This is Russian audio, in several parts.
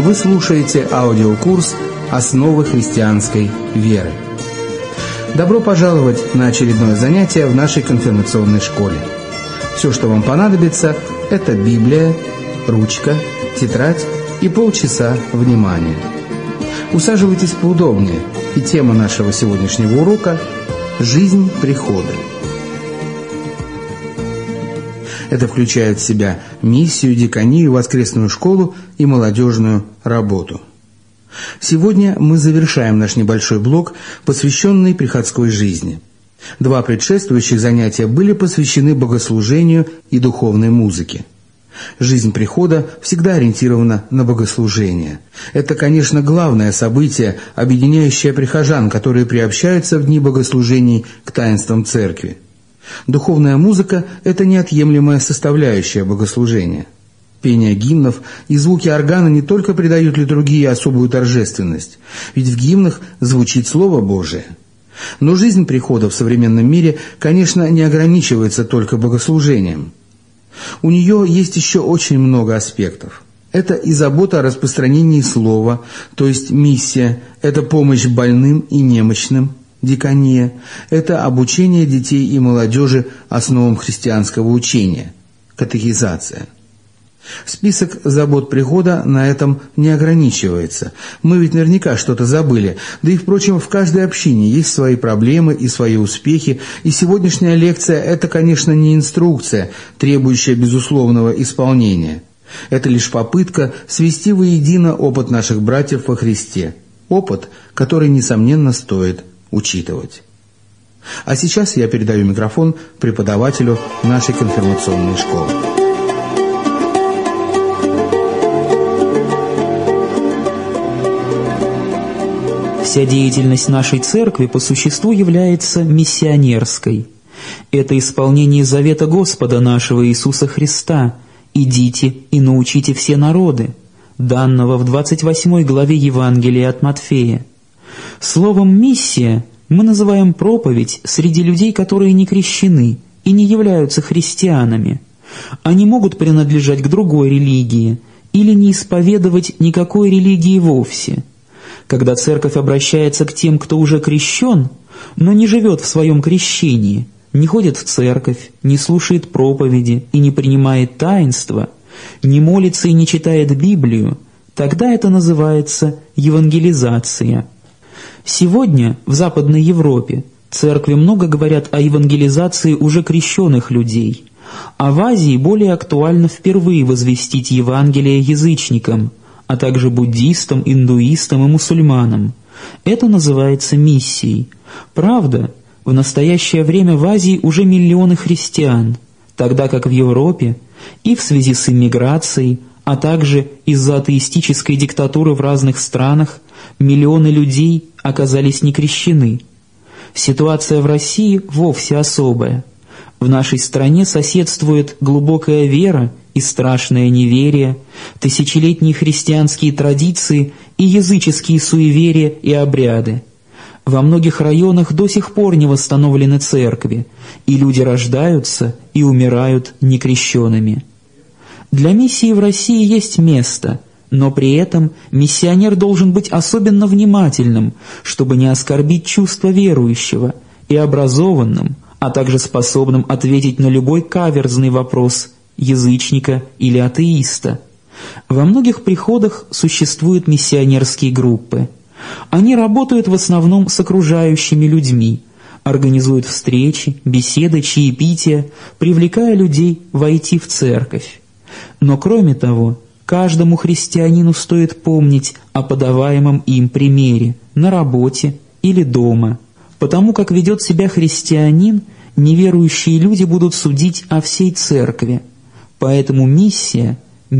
Вы слушаете аудиокурс «Основы христианской веры». Добро пожаловать на очередное занятие в нашей конфирмационной школе. Все, что вам понадобится, это Библия, ручка, тетрадь и полчаса внимания. Усаживайтесь поудобнее, и тема нашего сегодняшнего урока – «Жизнь прихода». Это включает в себя миссию, диканию, воскресную школу и молодежную работу. Сегодня мы завершаем наш небольшой блок, посвященный приходской жизни. 2 предшествующих занятия были посвящены богослужению и духовной музыке. Жизнь прихода всегда ориентирована на богослужение. Это, конечно, главное событие, объединяющее прихожан, которые приобщаются в дни богослужений к таинствам церкви. Духовная музыка – это неотъемлемая составляющая богослужения. Пение гимнов и звуки органа не только придают литургии особую торжественность, ведь в гимнах звучит Слово Божие. Но жизнь прихода в современном мире, конечно, не ограничивается только богослужением. У нее есть еще очень много аспектов. Это и забота о распространении слова, то есть миссия, это помощь больным и немощным, дикания, это обучение детей и молодежи основам христианского учения, катехизация. Список забот прихода на этом не ограничивается. Мы ведь наверняка что-то забыли. Да и, впрочем, в каждой общине есть свои проблемы и свои успехи, и сегодняшняя лекция – это, конечно, не инструкция, требующая безусловного исполнения. Это лишь попытка свести воедино опыт наших братьев во Христе. Опыт, который, несомненно, стоит учитывать. А сейчас я передаю микрофон преподавателю нашей конфирмационной школы. Вся деятельность нашей церкви по существу является миссионерской. Это исполнение завета Господа нашего Иисуса Христа «Идите и научите все народы», данного в 28 главе Евангелия от Матфея. Словом «миссия» мы называем проповедь среди людей, которые не крещены и не являются христианами. Они могут принадлежать к другой религии или не исповедовать никакой религии вовсе. Когда церковь обращается к тем, кто уже крещен, но не живет в своем крещении, не ходит в церковь, не слушает проповеди и не принимает таинства, не молится и не читает Библию, тогда это называется евангелизация. Сегодня в Западной Европе церкви много говорят о евангелизации уже крещенных людей, а в Азии более актуально впервые возвестить Евангелие язычникам, а также буддистам, индуистам и мусульманам. Это называется миссией. Правда, в настоящее время в Азии уже миллионы христиан, тогда как в Европе и в связи с иммиграцией, а также из-за атеистической диктатуры в разных странах миллионы людей оказались не крещены. Ситуация в России вовсе особая. В нашей стране соседствует глубокая вера и страшное неверие, тысячелетние христианские традиции и языческие суеверия и обряды. Во многих районах до сих пор не восстановлены церкви, и люди рождаются и умирают некрещенными. Для миссии в России есть место, но при этом миссионер должен быть особенно внимательным, чтобы не оскорбить чувства верующего, и образованным, а также способным ответить на любой каверзный вопрос язычника или атеиста. Во многих приходах существуют миссионерские группы. Они работают в основном с окружающими людьми, организуют встречи, беседы, чаепития, привлекая людей войти в церковь. Но кроме того, каждому христианину стоит помнить о подаваемом им примере на работе или дома. Потому как ведет себя христианин, неверующие люди будут судить о всей церкви. Поэтому миссия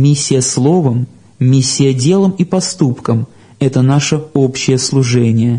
словом, миссия делом и поступком – это наше общее служение.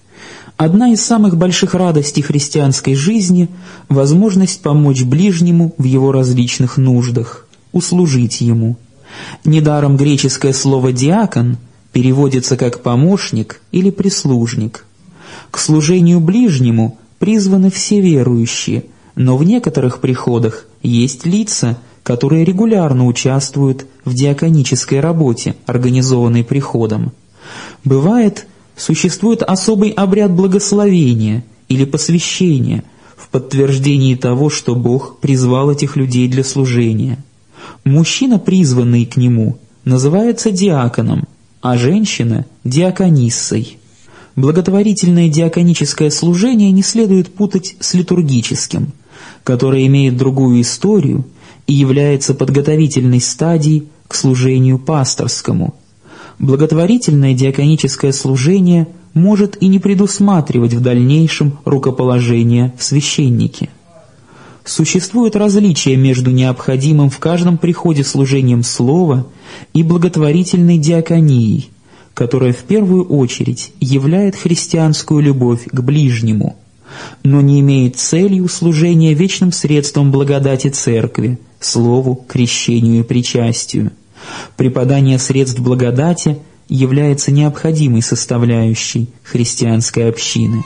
Одна из самых больших радостей христианской жизни – возможность помочь ближнему в его различных нуждах, услужить ему. Недаром греческое слово «диакон» переводится как «помощник» или «прислужник». К служению ближнему призваны все верующие, но в некоторых приходах есть лица, которые регулярно участвуют в диаконической работе, организованной приходом. Бывает, существует особый обряд благословения или посвящения в подтверждении того, что Бог призвал этих людей для служения. Мужчина, призванный к нему, называется диаконом, а женщина – диакониссой. Благотворительное диаконическое служение не следует путать с литургическим, которое имеет другую историю и является подготовительной стадией к служению пасторскому. Благотворительное диаконическое служение может и не предусматривать в дальнейшем рукоположение в священнике. Существует различие между необходимым в каждом приходе служением слова и благотворительной диаконией, которая в первую очередь являет христианскую любовь к ближнему, но не имеет целью служения вечным средством благодати Церкви, слову, крещению и причастию. Преподание средств благодати является необходимой составляющей христианской общины.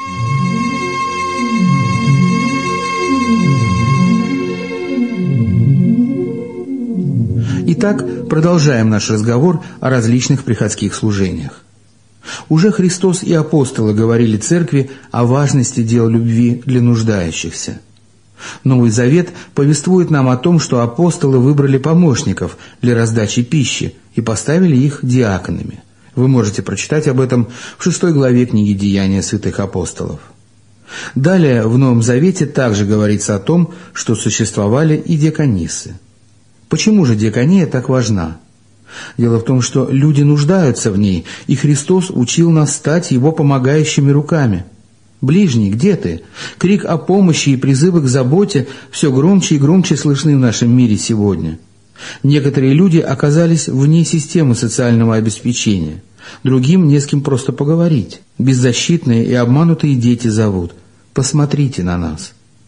Итак, продолжаем наш разговор о различных приходских служениях. Уже Христос и апостолы говорили Церкви о важности дел любви для нуждающихся. Новый Завет повествует нам о том, что апостолы выбрали помощников для раздачи пищи и поставили их диаконами. Вы можете прочитать об этом в 6 главе книги «Деяния святых апостолов». Далее в Новом Завете также говорится о том, что существовали и диакониссы. Почему же диакония так важна? Дело в том, что люди нуждаются в ней, и Христос учил нас стать Его помогающими руками. «Ближний, где ты?» Крик о помощи и призывы к заботе все громче и громче слышны в нашем мире сегодня. Некоторые люди оказались вне системы социального обеспечения. Другим не с кем просто поговорить. Беззащитные и обманутые дети зовут: «Посмотрите на нас».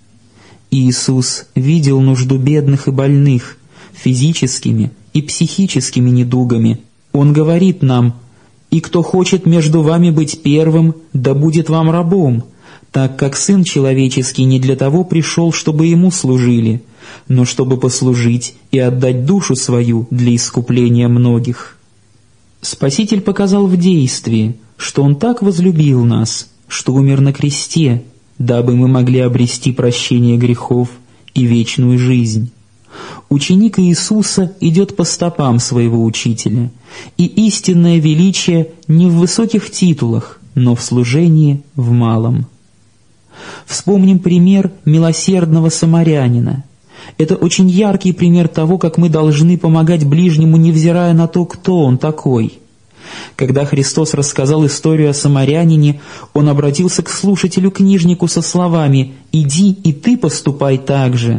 Иисус видел нужду бедных и больных физическими и психическими недугами. Он говорит нам: «И кто хочет между вами быть первым, да будет вам рабом, так как Сын Человеческий не для того пришел, чтобы Ему служили, но чтобы послужить и отдать душу свою для искупления многих». Спаситель показал в действии, что Он так возлюбил нас, что умер на кресте, дабы мы могли обрести прощение грехов и вечную жизнь. Ученик Иисуса идет по стопам своего учителя, и истинное величие не в высоких титулах, но в служении в малом. Вспомним пример милосердного самарянина. Это очень яркий пример того, как мы должны помогать ближнему, невзирая на то, кто он такой. Когда Христос рассказал историю о самарянине, Он обратился к слушателю-книжнику со словами: «Иди и ты поступай так же».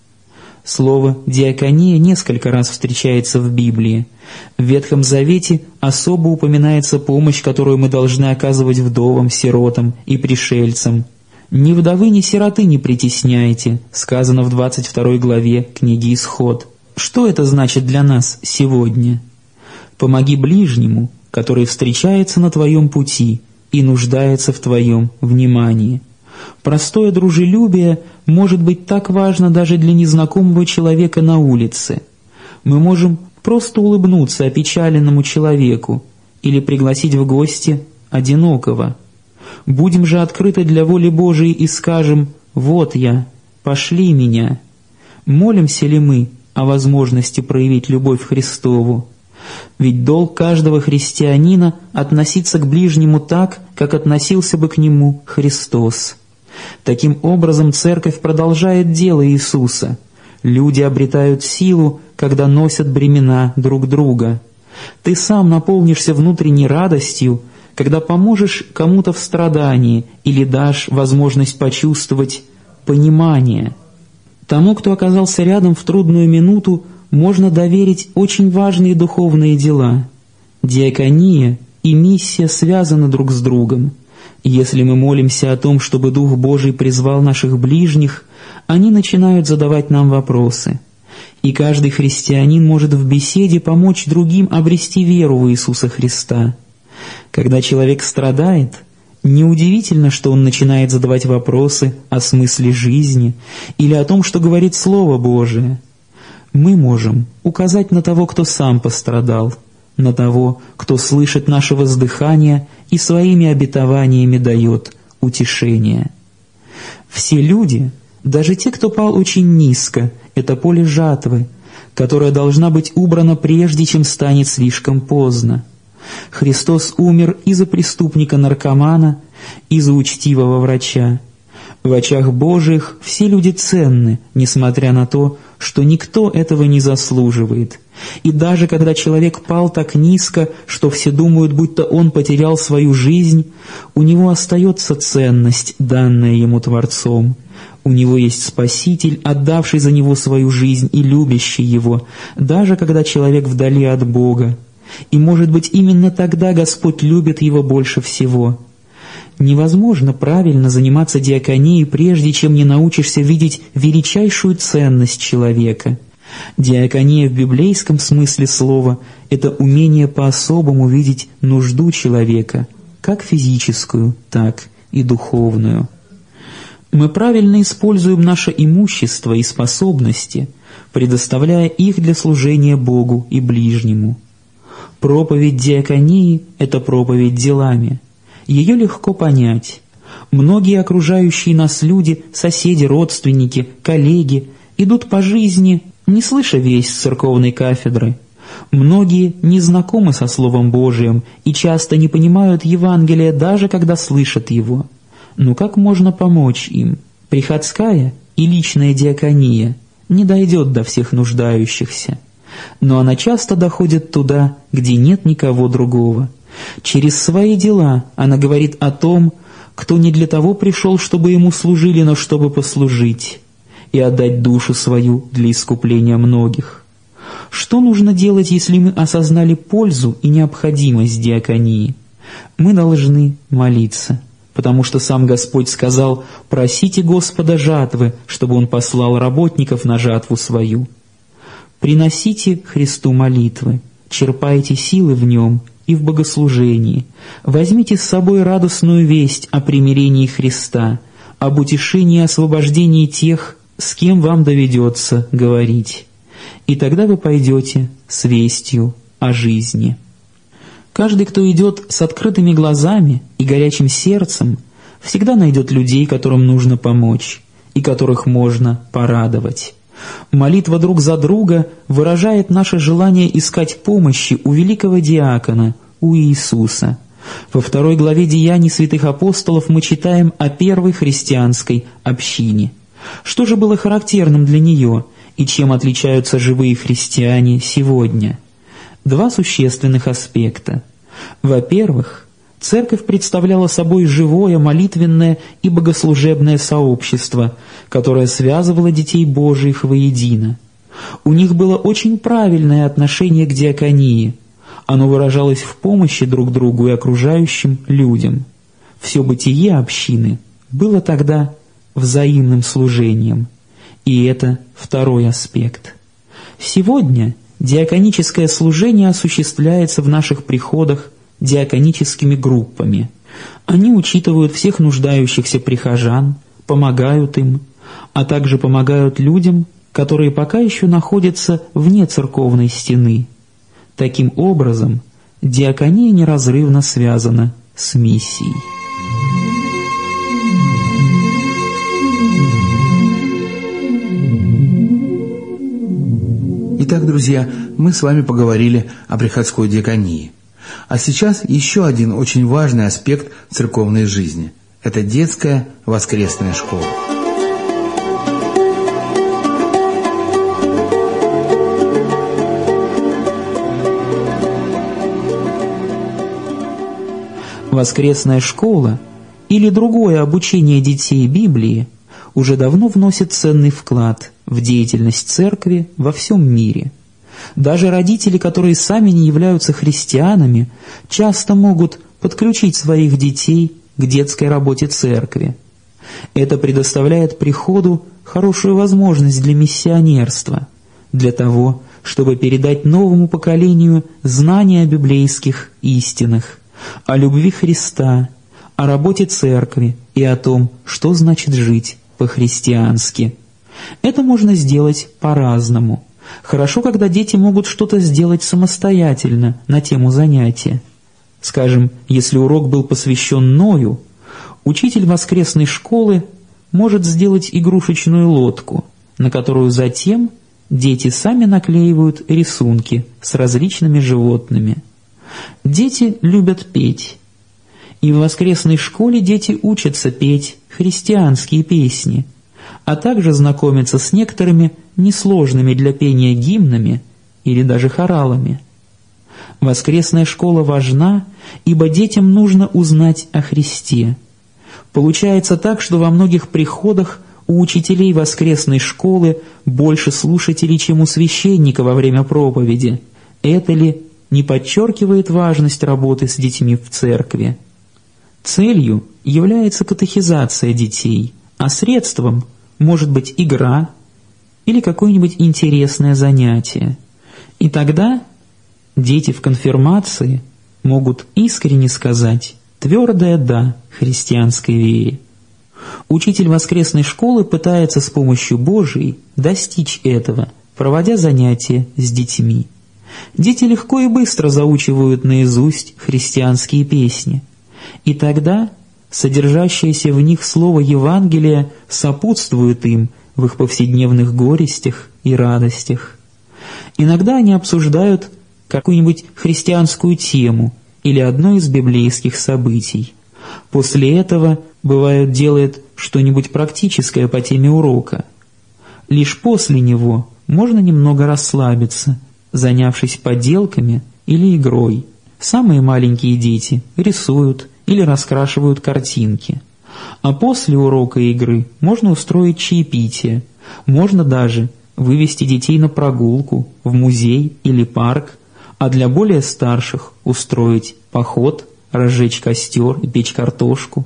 Слово «диакония» несколько раз встречается в Библии. В Ветхом Завете особо упоминается помощь, которую мы должны оказывать вдовам, сиротам и пришельцам. «Ни вдовы, ни сироты не притесняйте», сказано в 22 главе книги «Исход». Что это значит для нас сегодня? Помоги ближнему, который встречается на твоем пути и нуждается в твоем внимании. Простое дружелюбие может быть так важно даже для незнакомого человека на улице. Мы можем просто улыбнуться опечаленному человеку или пригласить в гости одинокого. Будем же открыты для воли Божией и скажем: «Вот я, пошли меня». Молимся ли мы о возможности проявить любовь Христову? Ведь долг каждого христианина — относиться к ближнему так, как относился бы к нему Христос. Таким образом, Церковь продолжает дело Иисуса. Люди обретают силу, когда носят бремена друг друга. Ты сам наполнишься внутренней радостью, когда поможешь кому-то в страдании или дашь возможность почувствовать понимание. Тому, кто оказался рядом в трудную минуту, можно доверить очень важные духовные дела. Диакония и миссия связаны друг с другом. Если мы молимся о том, чтобы Дух Божий призвал наших ближних, они начинают задавать нам вопросы. И каждый христианин может в беседе помочь другим обрести веру в Иисуса Христа. Когда человек страдает, неудивительно, что он начинает задавать вопросы о смысле жизни или о том, что говорит Слово Божие. Мы можем указать на того, кто сам пострадал, на того, кто слышит наше воздыхание и своими обетованиями дает утешение. Все люди, даже те, кто пал очень низко, это поле жатвы, которая должна быть убрана прежде, чем станет слишком поздно. Христос умер и за преступника-наркомана, и за учтивого врача. В очах Божиих все люди ценны, несмотря на то, что никто этого не заслуживает. И даже когда человек пал так низко, что все думают, будто он потерял свою жизнь, у него остается ценность, данная ему Творцом. У него есть Спаситель, отдавший за него свою жизнь и любящий его, даже когда человек вдали от Бога. И, может быть, именно тогда Господь любит его больше всего. Невозможно правильно заниматься диаконией, прежде чем не научишься видеть величайшую ценность человека. Диакония в библейском смысле слова – это умение по-особому видеть нужду человека, как физическую, так и духовную. Мы правильно используем наше имущество и способности, предоставляя их для служения Богу и ближнему. Проповедь диаконии – это проповедь делами. Ее легко понять. Многие окружающие нас люди, соседи, родственники, коллеги, идут по жизни, не слыша весть с церковной кафедры. Многие не знакомы со Словом Божиим и часто не понимают Евангелия, даже когда слышат его. Но как можно помочь им? Приходская и личная диакония не дойдет до всех нуждающихся. Но она часто доходит туда, где нет никого другого. Через свои дела она говорит о том, кто не для того пришел, чтобы ему служили, но чтобы послужить и отдать душу свою для искупления многих. Что нужно делать, если мы осознали пользу и необходимость диаконии? Мы должны молиться, потому что сам Господь сказал: «Просите Господа жатвы, чтобы Он послал работников на жатву свою». Приносите Христу молитвы, черпайте силы в Нем и в богослужении. Возьмите с собой радостную весть о примирении Христа, об утешении и освобождении тех, с кем вам доведется говорить. И тогда вы пойдете с вестью о жизни. Каждый, кто идет с открытыми глазами и горячим сердцем, всегда найдет людей, которым нужно помочь и которых можно порадовать. Молитва друг за друга выражает наше желание искать помощи у великого диакона, у Иисуса. Во 2 главе Деяний святых апостолов мы читаем о первой христианской общине. Что же было характерным для нее и чем отличаются живые христиане сегодня? 2 существенных аспекта. Во-первых, Церковь представляла собой живое, молитвенное и богослужебное сообщество, которое связывало детей Божиих воедино. У них было очень правильное отношение к диаконии. Оно выражалось в помощи друг другу и окружающим людям. Все бытие общины было тогда взаимным служением. И это второй аспект. Сегодня диаконическое служение осуществляется в наших приходах диаконическими группами. Они учитывают всех нуждающихся прихожан, помогают им, а также помогают людям, которые пока еще находятся вне церковной стены. Таким образом, диакония неразрывно связана с миссией. Итак, друзья, мы с вами поговорили о приходской диаконии. А сейчас еще один очень важный аспект церковной жизни – это детская воскресная школа. Воскресная школа или другое обучение детей Библии уже давно вносит ценный вклад в деятельность церкви во всем мире. Даже родители, которые сами не являются христианами, часто могут подключить своих детей к детской работе церкви. Это предоставляет приходу хорошую возможность для миссионерства, для того, чтобы передать новому поколению знания о библейских истинах, о любви Христа, о работе церкви и о том, что значит жить по-христиански. Это можно сделать по-разному. Хорошо, когда дети могут что-то сделать самостоятельно на тему занятия. Скажем, если урок был посвящен Ною, учитель воскресной школы может сделать игрушечную лодку, на которую затем дети сами наклеивают рисунки с различными животными. Дети любят петь. И в воскресной школе дети учатся петь христианские песни, а также знакомятся с некоторыми несложными для пения гимнами или даже хоралами. Воскресная школа важна, ибо детям нужно узнать о Христе. Получается так, что во многих приходах у учителей воскресной школы больше слушателей, чем у священника во время проповеди. Это ли не подчеркивает важность работы с детьми в церкви? Целью является катехизация детей, а средством может быть игра или какое-нибудь интересное занятие. И тогда дети в конфирмации могут искренне сказать твердое «да» христианской вере. Учитель воскресной школы пытается с помощью Божией достичь этого, проводя занятия с детьми. Дети легко и быстро заучивают наизусть христианские песни, и тогда содержащееся в них слово Евангелия сопутствует им в их повседневных горестях и радостях. Иногда они обсуждают какую-нибудь христианскую тему или одно из библейских событий. После этого, бывает, делают что-нибудь практическое по теме урока. Лишь после него можно немного расслабиться, занявшись поделками или игрой. Самые маленькие дети рисуют или раскрашивают картинки. А после урока игры можно устроить чаепитие, можно даже вывести детей на прогулку, в музей или парк, а для более старших устроить поход, разжечь костер и печь картошку.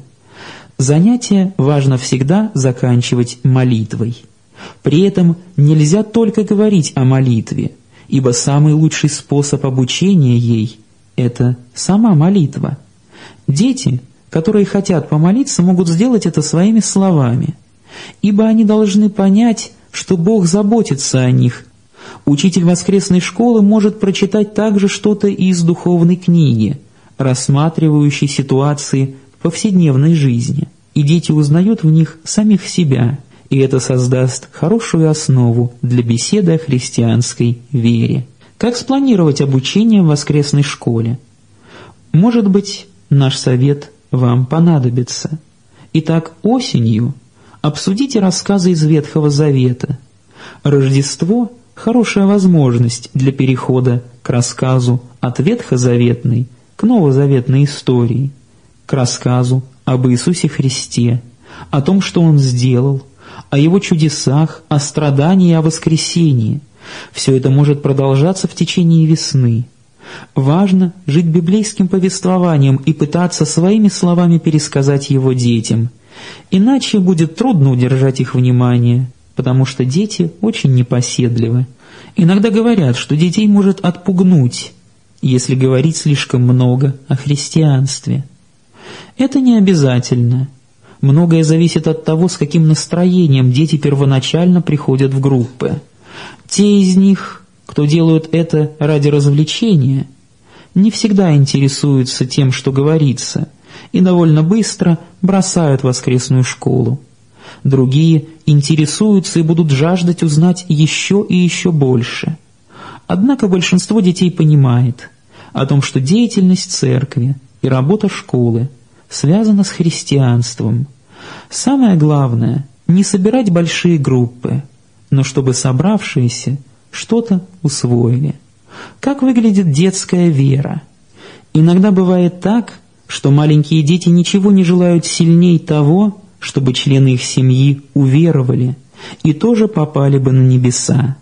Занятие важно всегда заканчивать молитвой. При этом нельзя только говорить о молитве, ибо самый лучший способ обучения ей – это сама молитва. Дети, которые хотят помолиться, могут сделать это своими словами, ибо они должны понять, что Бог заботится о них. Учитель воскресной школы может прочитать также что-то из духовной книги, рассматривающей ситуации в повседневной жизни, и дети узнают в них самих себя, и это создаст хорошую основу для беседы о христианской вере. Как спланировать обучение в воскресной школе? Может быть, наш совет вам понадобится. Итак, осенью обсудите рассказы из Ветхого Завета. Рождество – хорошая возможность для перехода к рассказу от ветхозаветной к новозаветной истории, к рассказу об Иисусе Христе, о том, что Он сделал, о Его чудесах, о страдании и о воскресении. Все это может продолжаться в течение весны. Важно жить библейским повествованием и пытаться своими словами пересказать его детям. Иначе будет трудно удержать их внимание, потому что дети очень непоседливы. Иногда говорят, что детей может отпугнуть, если говорить слишком много о христианстве. Это не обязательно. Многое зависит от того, с каким настроением дети первоначально приходят в группы. Те из них, кто делают это ради развлечения, не всегда интересуются тем, что говорится, и довольно быстро бросают воскресную школу. Другие интересуются и будут жаждать узнать еще и еще больше. Однако большинство детей понимает о том, что деятельность церкви и работа школы связана с христианством. Самое главное – не собирать большие группы, но чтобы собравшиеся что-то усвоили. Как выглядит детская вера? Иногда бывает так, что маленькие дети ничего не желают сильней того, чтобы члены их семьи уверовали и тоже попали бы на небеса.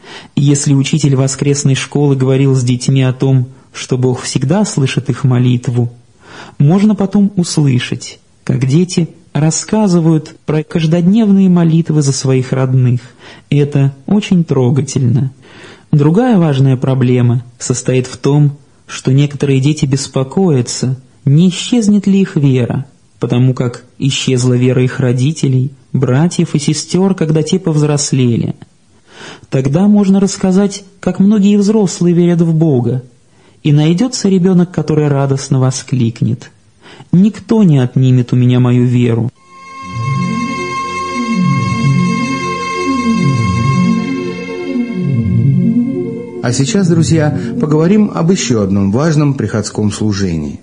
Если учитель воскресной школы говорил с детьми о том, что Бог всегда слышит их молитву, можно потом услышать, как дети рассказывают про каждодневные молитвы за своих родных. Это очень трогательно. Другая важная проблема состоит в том, что некоторые дети беспокоятся, не исчезнет ли их вера, потому как исчезла вера их родителей, братьев и сестер, когда те повзрослели. Тогда можно рассказать, как многие взрослые верят в Бога, и найдется ребенок, который радостно воскликнет: «Никто не отнимет у меня мою веру». А сейчас, друзья, поговорим об еще одном важном приходском служении.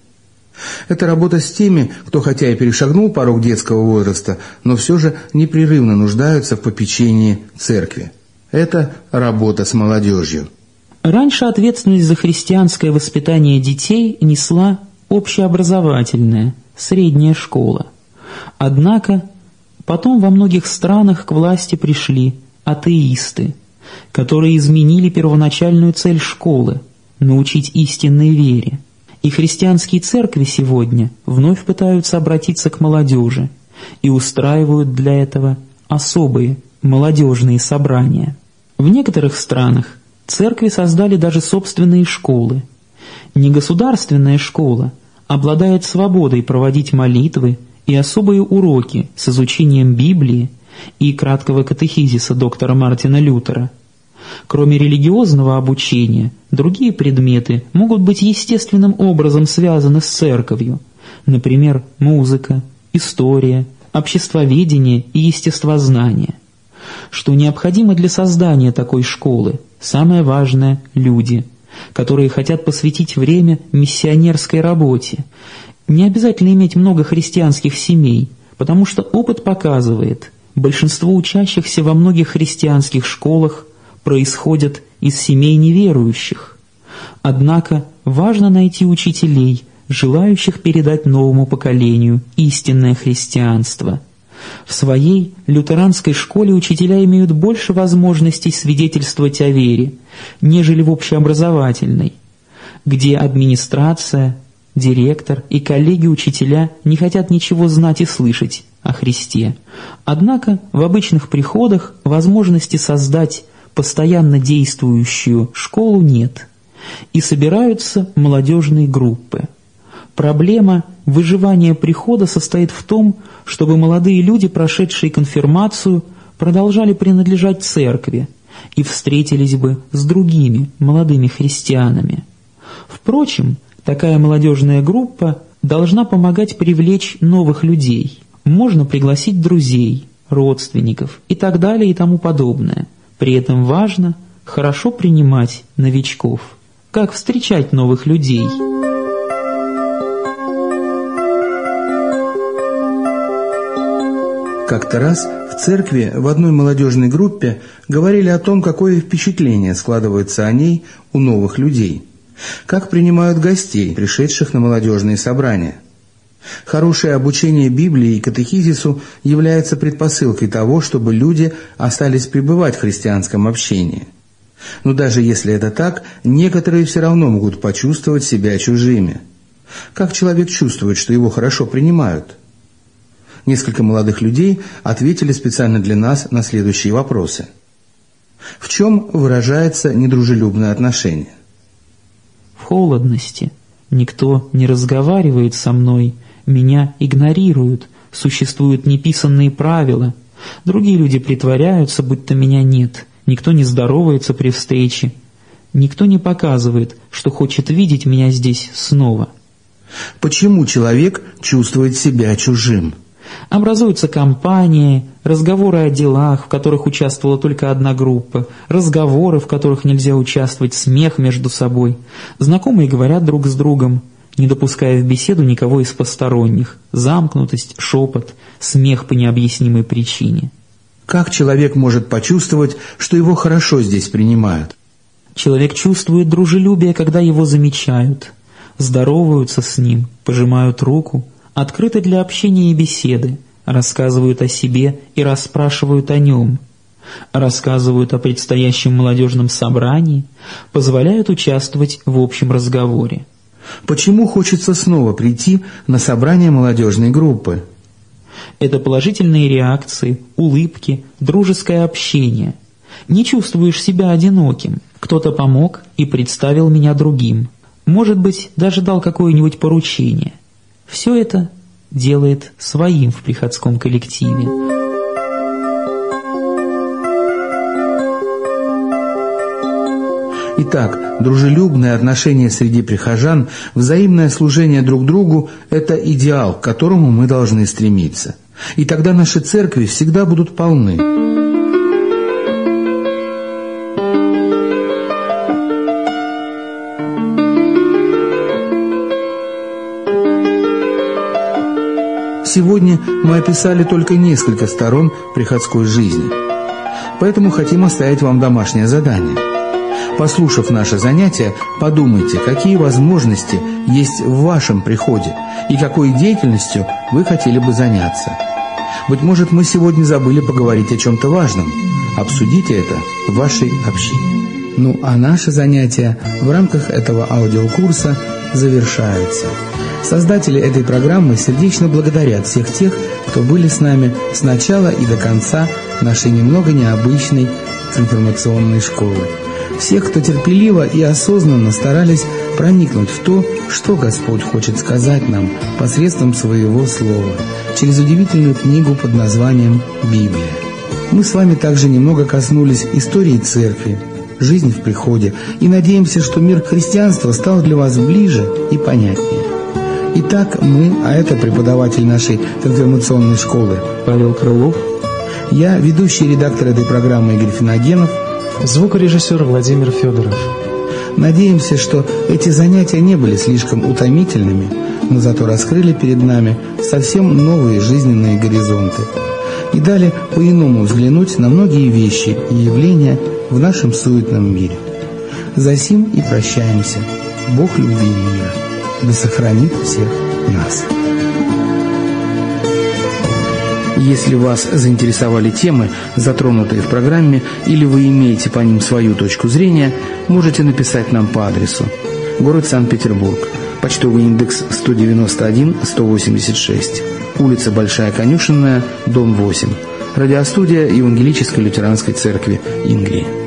Это работа с теми, кто хотя и перешагнул порог детского возраста, но все же непрерывно нуждаются в попечении церкви. Это работа с молодежью. Раньше ответственность за христианское воспитание детей несла общеобразовательная, средняя школа. Однако потом во многих странах к власти пришли атеисты, которые изменили первоначальную цель школы – научить истинной вере. И христианские церкви сегодня вновь пытаются обратиться к молодежи и устраивают для этого особые молодежные собрания. В некоторых странах церкви создали даже собственные школы. Негосударственная школа обладает свободой проводить молитвы и особые уроки с изучением Библии и краткого катехизиса доктора Мартина Лютера. Кроме религиозного обучения, другие предметы могут быть естественным образом связаны с церковью, например, музыка, история, обществоведение и естествознание. Что необходимо для создания такой школы? Самое важное – люди, которые хотят посвятить время миссионерской работе. Не обязательно иметь много христианских семей, потому что опыт показывает, большинство учащихся во многих христианских школах происходят из семей неверующих. Однако важно найти учителей, желающих передать новому поколению истинное христианство. В своей лютеранской школе учителя имеют больше возможностей свидетельствовать о вере, нежели в общеобразовательной, где администрация, директор и коллеги-учителя не хотят ничего знать и слышать о Христе. Однако в обычных приходах возможности создать постоянно действующую школу нет, и собираются молодежные группы. Проблема выживания прихода состоит в том, чтобы молодые люди, прошедшие конфирмацию, продолжали принадлежать церкви и встретились бы с другими молодыми христианами. Впрочем, такая молодежная группа должна помогать привлечь новых людей. Можно пригласить друзей, родственников и так далее и тому подобное. При этом важно хорошо принимать новичков. Как встречать новых людей? Как-то раз в церкви в одной молодежной группе говорили о том, какое впечатление складывается о ней у новых людей, как принимают гостей, пришедших на молодежные собрания. Хорошее обучение Библии и катехизису является предпосылкой того, чтобы люди остались пребывать в христианском общении. Но даже если это так, некоторые все равно могут почувствовать себя чужими. Как человек чувствует, что его хорошо принимают? Несколько молодых людей ответили специально для нас на следующие вопросы. В чем выражается недружелюбное отношение? В холодности. Никто не разговаривает со мной, меня игнорируют, существуют неписанные правила. Другие люди притворяются, будто меня нет. Никто не здоровается при встрече. Никто не показывает, что хочет видеть меня здесь снова. Почему человек чувствует себя чужим? Образуются компании, разговоры о делах, в которых участвовала только одна группа, разговоры, в которых нельзя участвовать, смех между собой. Знакомые говорят друг с другом, не допуская в беседу никого из посторонних. Замкнутость, шепот, смех по необъяснимой причине. Как человек может почувствовать, что его хорошо здесь принимают? Человек чувствует дружелюбие, когда его замечают, здороваются с ним, пожимают руку, открыты для общения и беседы, рассказывают о себе и расспрашивают о нем, рассказывают о предстоящем молодежном собрании, позволяют участвовать в общем разговоре. Почему хочется снова прийти на собрание молодежной группы? Это положительные реакции, улыбки, дружеское общение. Не чувствуешь себя одиноким. Кто-то помог и представил меня другим. Может быть, даже дал какое-нибудь поручение. Все это делает своим в приходском коллективе. Итак, дружелюбное отношение среди прихожан, взаимное служение друг другу – это идеал, к которому мы должны стремиться. И тогда наши церкви всегда будут полны. Сегодня мы описали только несколько сторон приходской жизни. Поэтому хотим оставить вам домашнее задание. Послушав наше занятие, подумайте, какие возможности есть в вашем приходе и какой деятельностью вы хотели бы заняться. Быть может, мы сегодня забыли поговорить о чем-то важном. Обсудите это в вашей общине. Ну, а наши занятия в рамках этого аудиокурса завершаются. Создатели этой программы сердечно благодарят всех тех, кто были с нами с начала и до конца нашей немного необычной информационной школы. Всех, кто терпеливо и осознанно старались проникнуть в то, что Господь хочет сказать нам посредством Своего Слова, через удивительную книгу под названием «Библия». Мы с вами также немного коснулись истории церкви, жизни в приходе, и надеемся, что мир христианства стал для вас ближе и понятнее. Итак, мы, а это преподаватель нашей конфирмационной школы Павел Крылов, я, ведущий редактор этой программы Игорь Финогенов, звукорежиссер Владимир Федоров. Надеемся, что эти занятия не были слишком утомительными, но зато раскрыли перед нами совсем новые жизненные горизонты и дали по-иному взглянуть на многие вещи и явления в нашем суетном мире. Засим и прощаемся. Бог любви и мира да сохранит всех нас. Если вас заинтересовали темы, затронутые в программе, или вы имеете по ним свою точку зрения, можете написать нам по адресу: город Санкт-Петербург, почтовый индекс 191-186, улица Большая Конюшенная, дом 8, радиостудия Евангелической лютеранской церкви Ингрии.